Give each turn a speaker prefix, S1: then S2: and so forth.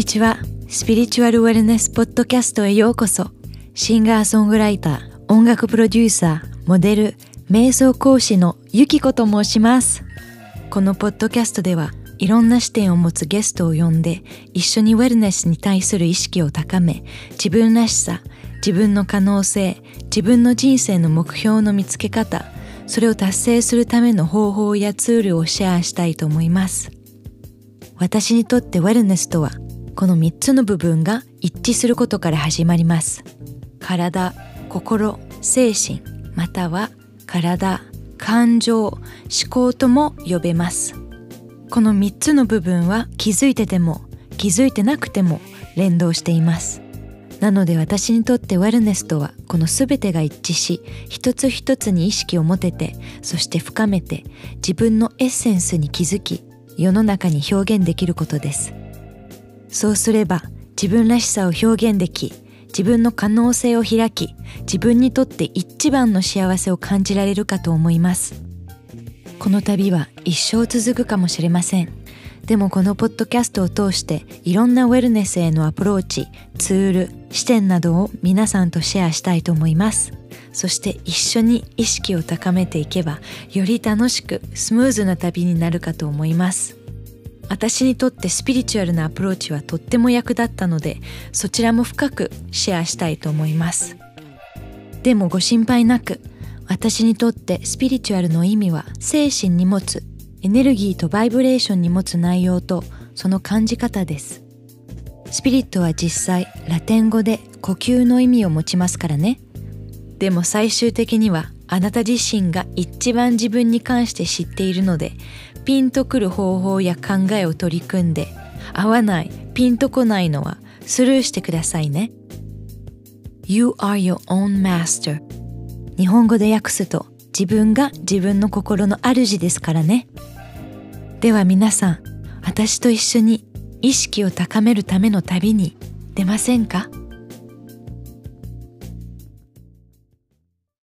S1: ちは。スピリチュアルウェルネスポッドキャストへようこそ。シンガーソングライター、音楽プロデューサー、モデル、瞑想講師のゆきこと申します。このポッドキャストではいろんな視点を持つゲストを呼んで、一緒にウェルネスに対する意識を高め、自分らしさ、自分の可能性、自分の人生の目標の見つけ方、それを達成するための方法やツールをシェアしたいと思います。私にとってウェルネスとは、この3つの部分が一致することから始まります。体、心、精神、または体、感情、思考とも呼べます。この3つの部分は気づいてても気づいてなくても連動しています。なので私にとってウェルネスとはこの全てが一致し、一つ一つに意識を持てて、そして深めて自分のエッセンスに気づき、世の中に表現できることです。そうすれば自分らしさを表現でき、自分の可能性を開き、自分にとって一番の幸せを感じられるかと思います。この旅は一生続くかもしれません。でもこのポッドキャストを通していろんなウェルネスへのアプローチ、ツール、視点などを皆さんとシェアしたいと思います。そして一緒に意識を高めていけば、より楽しくスムーズな旅になるかと思います。私にとってスピリチュアルなアプローチはとっても役立ったので、そちらも深くシェアしたいと思います。でもご心配なく、私にとってスピリチュアルの意味は精神に持つエネルギーとバイブレーションに持つ内容とその感じ方です。スピリットは実際ラテン語で呼吸の意味を持ちますからね。でも最終的にはあなた自身が一番自分に関して知っているので、ピンとくる方法や考えを取り組んで、合わない、ピンとこないのはスルーしてくださいね。You are your own master。日本語で訳すと、自分が自分の心の主ですからね。では皆さん、私と一緒に意識を高めるための旅に出ませんか？